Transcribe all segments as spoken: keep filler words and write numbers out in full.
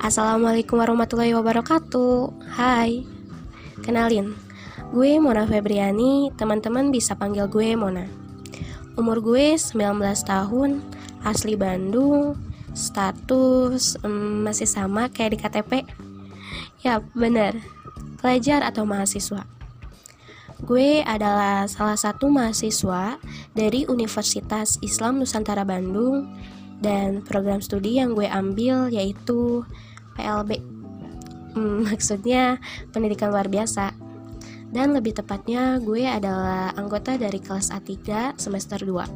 Assalamualaikum warahmatullahi wabarakatuh. Hai, kenalin, gue Mona Febriani. Teman-teman bisa panggil gue Mona. Umur gue sembilan belas tahun, asli Bandung. Status um, masih sama kayak di K T P. Ya bener, pelajar atau mahasiswa. Gue adalah salah satu mahasiswa dari Universitas Islam Nusantara Bandung. Dan program studi yang gue ambil yaitu P L B, hmm, maksudnya pendidikan luar biasa. Dan lebih tepatnya gue adalah anggota dari kelas A tiga semester dua.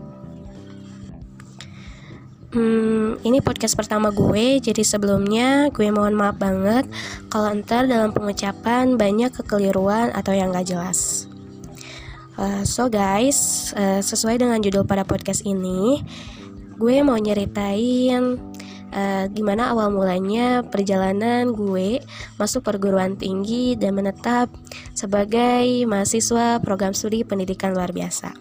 Hmm, ini podcast pertama gue, jadi sebelumnya gue mohon maaf banget kalau ntar dalam pengucapan banyak kekeliruan atau yang gak jelas. uh, So guys, uh, sesuai dengan judul pada podcast ini, gue mau nyeritain uh, gimana awal mulanya perjalanan gue masuk perguruan tinggi dan menetap sebagai mahasiswa program studi pendidikan luar biasa.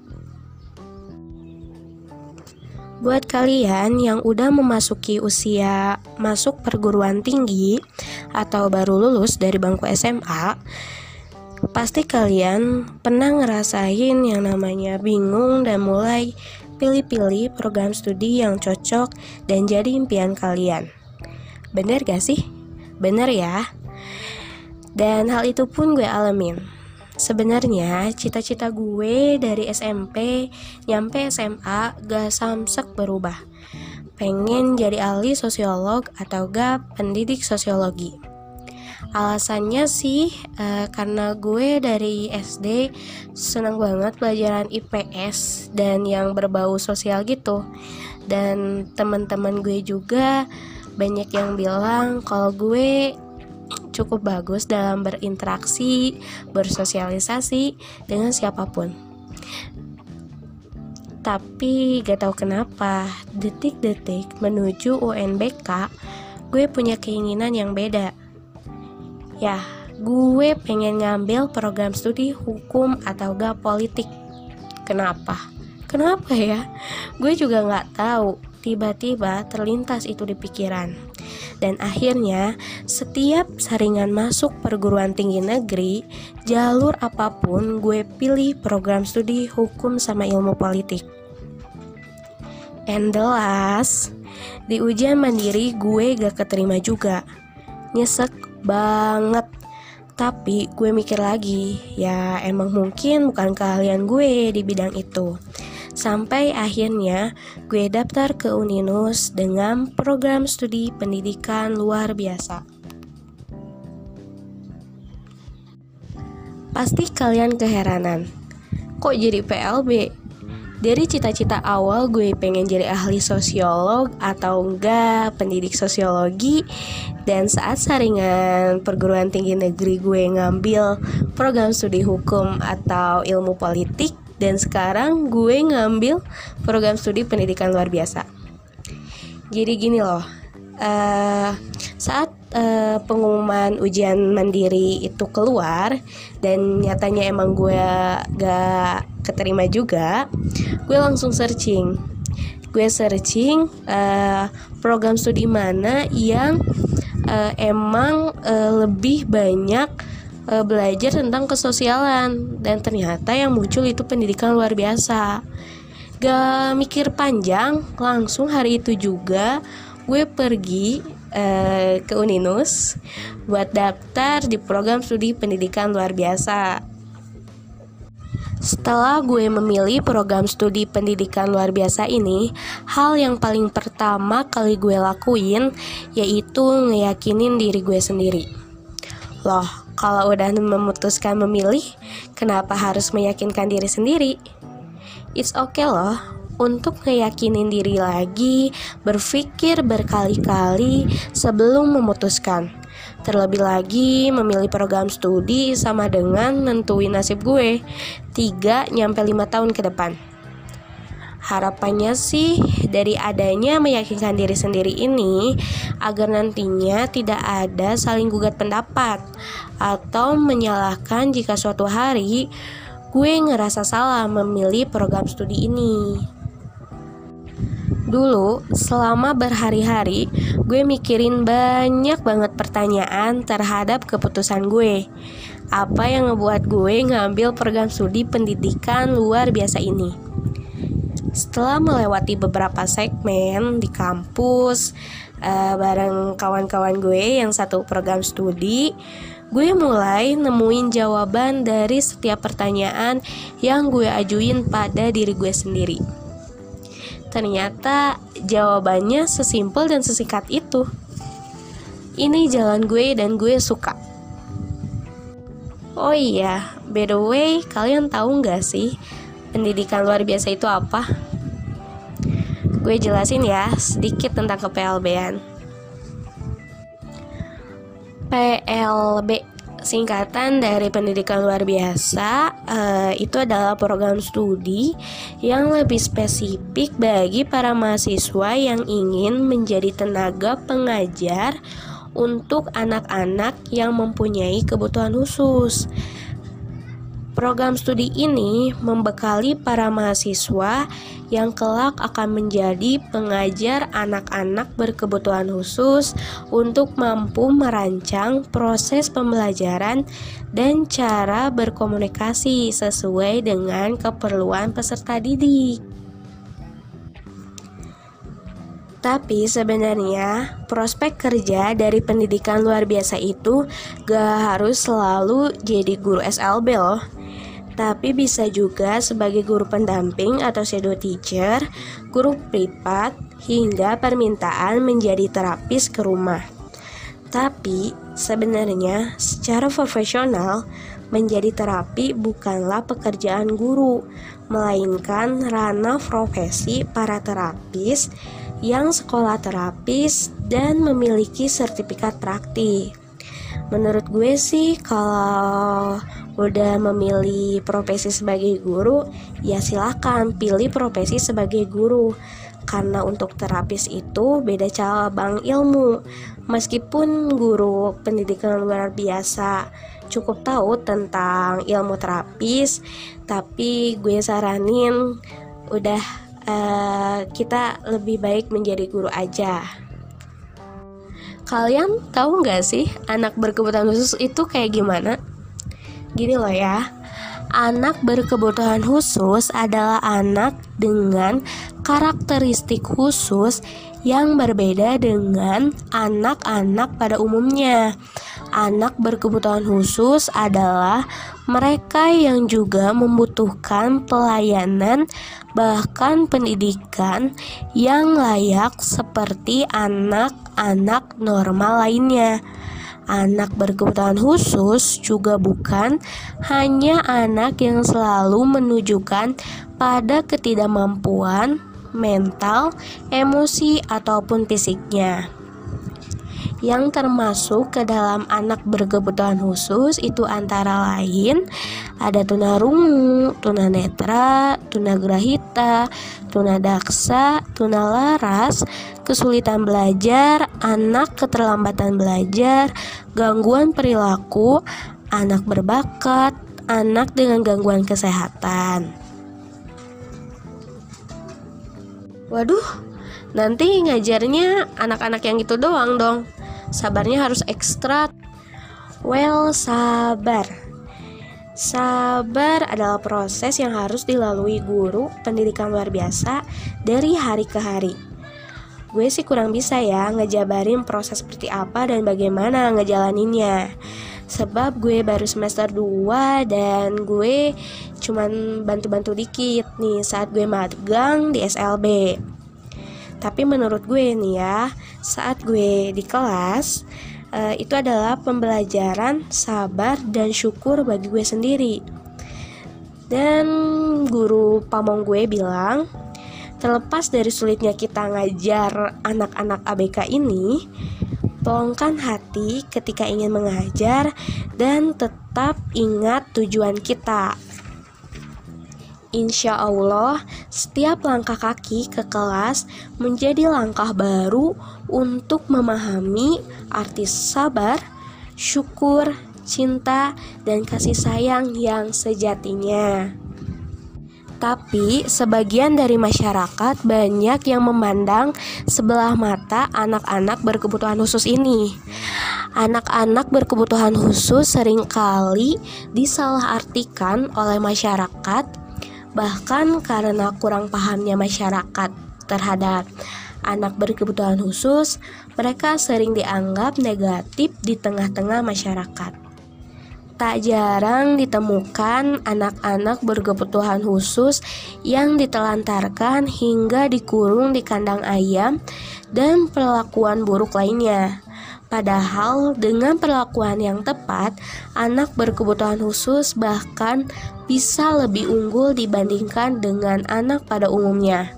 Buat kalian yang udah memasuki usia masuk perguruan tinggi atau baru lulus dari bangku S M A, pasti kalian pernah ngerasain yang namanya bingung dan mulai pilih-pilih program studi yang cocok dan jadi impian kalian. Bener gak sih? Bener ya? Dan hal itu pun gue alamin. Sebenarnya cita-cita gue dari S M P nyampe S M A gak samsek berubah. Pengen jadi ahli sosiolog atau gak pendidik sosiologi. Alasannya sih uh, karena gue dari S D senang banget pelajaran I P S dan yang berbau sosial gitu. Dan teman-teman gue juga banyak yang bilang kalau gue cukup bagus dalam berinteraksi, bersosialisasi dengan siapapun. Tapi gak tahu kenapa detik-detik menuju U N B K gue punya keinginan yang beda. Ya, gue pengen ngambil program studi hukum atau gak politik. Kenapa? Kenapa ya? Gue juga gak tahu. Tiba-tiba terlintas itu di pikiran. Dan akhirnya, setiap saringan masuk perguruan tinggi negeri, jalur apapun gue pilih program studi hukum sama ilmu politik. And the last, di ujian mandiri gue gak keterima juga. Nyesek banget. Tapi gue mikir lagi, ya emang mungkin bukan keahlian gue di bidang itu. Sampai akhirnya gue daftar ke Uninus dengan program studi pendidikan luar biasa. Pasti kalian keheranan, kok jadi P L B? Dari cita-cita awal gue pengen jadi ahli sosiolog atau enggak pendidik sosiologi. Dan saat saringan perguruan tinggi negeri gue ngambil program studi hukum atau ilmu politik. Dan sekarang gue ngambil program studi pendidikan luar biasa. Jadi gini loh, uh, saat uh, pengumuman ujian mandiri itu keluar dan nyatanya emang gue gak keterima juga, gue langsung searching. Gue searching uh, program studi mana yang uh, emang uh, lebih banyak uh, belajar tentang kesosialan. Dan ternyata yang muncul itu pendidikan luar biasa. Gak mikir panjang, langsung hari itu juga gue pergi uh, ke Uninus buat daftar di program studi pendidikan luar biasa. Setelah gue memilih program studi pendidikan luar biasa ini, hal yang paling pertama kali gue lakuin yaitu ngeyakinin diri gue sendiri. Loh, kalau udah memutuskan memilih, kenapa harus meyakinkan diri sendiri? It's okay loh untuk ngeyakinin diri lagi, berpikir berkali-kali sebelum memutuskan. Terlebih lagi, memilih program studi sama dengan nentuin nasib gue tiga sampai lima tahun ke depan. Harapannya sih dari adanya meyakinkan diri sendiri ini agar nantinya tidak ada saling gugat pendapat atau menyalahkan jika suatu hari gue ngerasa salah memilih program studi ini. Dulu, selama berhari-hari, gue mikirin banyak banget pertanyaan terhadap keputusan gue. Apa yang ngebuat gue ngambil program studi pendidikan luar biasa ini? Setelah melewati beberapa segmen di kampus, uh, bareng kawan-kawan gue yang satu program studi, gue mulai nemuin jawaban dari setiap pertanyaan yang gue ajuin pada diri gue sendiri. Ternyata jawabannya sesimpel dan sesingkat itu. Ini jalan gue dan gue suka. Oh iya, by the way, kalian tahu gak sih pendidikan luar biasa itu apa? Gue jelasin ya sedikit tentang ke P L B-an. P L B singkatan dari pendidikan luar biasa, uh, itu adalah program studi yang lebih spesifik bagi para mahasiswa yang ingin menjadi tenaga pengajar untuk anak-anak yang mempunyai kebutuhan khusus. Program studi ini membekali para mahasiswa yang kelak akan menjadi pengajar anak-anak berkebutuhan khusus untuk mampu merancang proses pembelajaran dan cara berkomunikasi sesuai dengan keperluan peserta didik. Tapi sebenarnya prospek kerja dari pendidikan luar biasa itu gak harus selalu jadi guru S L B loh. Tapi bisa juga sebagai guru pendamping atau shadow teacher, guru privat, hingga permintaan menjadi terapis ke rumah. Tapi sebenarnya secara profesional, menjadi terapi bukanlah pekerjaan guru, melainkan ranah profesi para terapis yang sekolah terapis dan memiliki sertifikat praktik. Menurut gue sih, kalau udah memilih profesi sebagai guru, ya silakan pilih profesi sebagai guru. Karena untuk terapis itu beda cabang ilmu. Meskipun guru pendidikan luar biasa cukup tahu tentang ilmu terapis, tapi gue saranin udah uh, kita lebih baik menjadi guru aja. Kalian tahu nggak sih anak berkebutuhan khusus itu kayak gimana? Gini loh ya, anak berkebutuhan khusus adalah anak dengan karakteristik khusus yang berbeda dengan anak-anak pada umumnya. Anak berkebutuhan khusus adalah mereka yang juga membutuhkan pelayanan bahkan pendidikan yang layak seperti anak-anak normal lainnya. Anak berkebutuhan khusus juga bukan hanya anak yang selalu menunjukkan pada ketidakmampuan mental, emosi, ataupun fisiknya. Yang termasuk ke dalam anak berkebutuhan khusus itu antara lain ada tunarungu, tunanetra, tunagrahita, tunadaksa, tunalaras, kesulitan belajar, anak keterlambatan belajar, gangguan perilaku, anak berbakat, anak dengan gangguan kesehatan. Waduh, nanti ngajarnya anak-anak yang itu doang dong. Sabarnya harus ekstra. Well, sabar. Sabar adalah proses yang harus dilalui guru pendidikan luar biasa dari hari ke hari. Gue sih kurang bisa ya ngejabarin proses seperti apa dan bagaimana ngejalaninnya. Sebab gue baru semester dua dan gue cuman bantu-bantu dikit nih saat gue magang di S L B. Tapi menurut gue nih ya, saat gue di kelas, uh, itu adalah pembelajaran sabar dan syukur bagi gue sendiri. Dan guru pamong gue bilang, terlepas dari sulitnya kita ngajar anak-anak A B K ini, pelongkan hati ketika ingin mengajar dan tetap ingat tujuan kita. Insya Allah, setiap langkah kaki ke kelas menjadi langkah baru untuk memahami arti sabar, syukur, cinta, dan kasih sayang yang sejatinya. Tapi sebagian dari masyarakat banyak yang memandang sebelah mata anak-anak berkebutuhan khusus ini. Anak-anak berkebutuhan khusus seringkali disalahartikan oleh masyarakat, bahkan karena kurang pahamnya masyarakat terhadap anak berkebutuhan khusus, mereka sering dianggap negatif di tengah-tengah masyarakat. Tak jarang ditemukan anak-anak berkebutuhan khusus yang ditelantarkan hingga dikurung di kandang ayam dan perlakuan buruk lainnya. Padahal dengan perlakuan yang tepat, anak berkebutuhan khusus bahkan bisa lebih unggul dibandingkan dengan anak pada umumnya.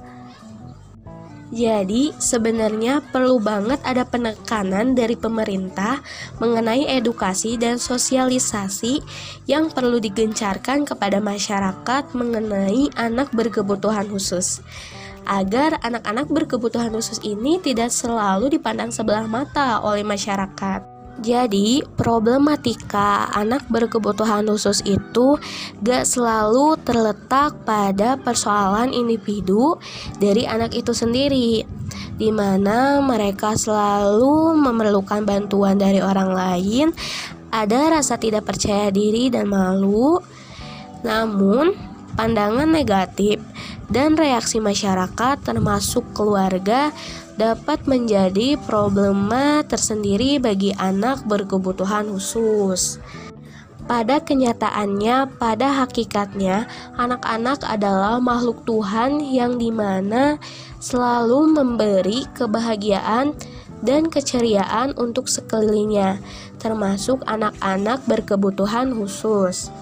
Jadi sebenarnya perlu banget ada penekanan dari pemerintah mengenai edukasi dan sosialisasi yang perlu digencarkan kepada masyarakat mengenai anak berkebutuhan khusus, agar anak-anak berkebutuhan khusus ini tidak selalu dipandang sebelah mata oleh masyarakat. Jadi, problematika anak berkebutuhan khusus itu gak selalu terletak pada persoalan individu dari anak itu sendiri, di mana mereka selalu memerlukan bantuan dari orang lain, ada rasa tidak percaya diri dan malu. Namun, pandangan negatif dan reaksi masyarakat termasuk keluarga dapat menjadi problema tersendiri bagi anak berkebutuhan khusus. Pada kenyataannya, pada hakikatnya, anak-anak adalah makhluk Tuhan yang dimana selalu memberi kebahagiaan dan keceriaan untuk sekelilingnya, termasuk anak-anak berkebutuhan khusus.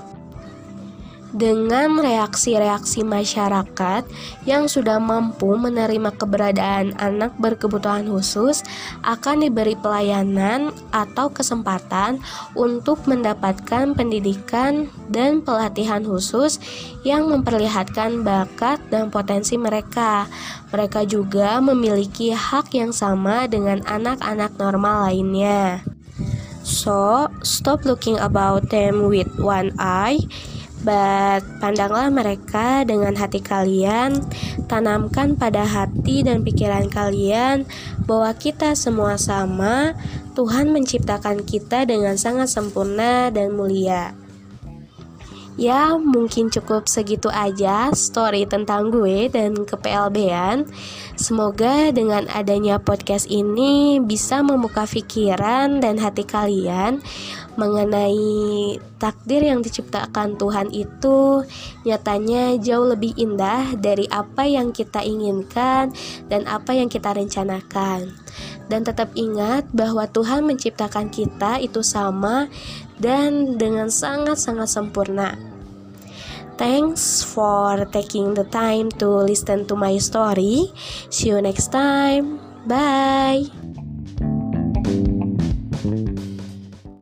Dengan reaksi-reaksi masyarakat yang sudah mampu menerima keberadaan anak berkebutuhan khusus akan diberi pelayanan atau kesempatan untuk mendapatkan pendidikan dan pelatihan khusus yang memperlihatkan bakat dan potensi mereka. Mereka juga memiliki hak yang sama dengan anak-anak normal lainnya. So, stop looking about them with one eye, but pandanglah mereka dengan hati kalian. Tanamkan pada hati dan pikiran kalian bahwa kita semua sama. Tuhan menciptakan kita dengan sangat sempurna dan mulia. Ya, mungkin cukup segitu aja story tentang gue dan ke P L B-an. Semoga dengan adanya podcast ini bisa membuka pikiran dan hati kalian mengenai takdir yang diciptakan Tuhan itu nyatanya jauh lebih indah dari apa yang kita inginkan dan apa yang kita rencanakan. Dan tetap ingat bahwa Tuhan menciptakan kita itu sama dan dengan sangat-sangat sempurna. Thanks for taking the time to listen to my story. See you next time. Bye.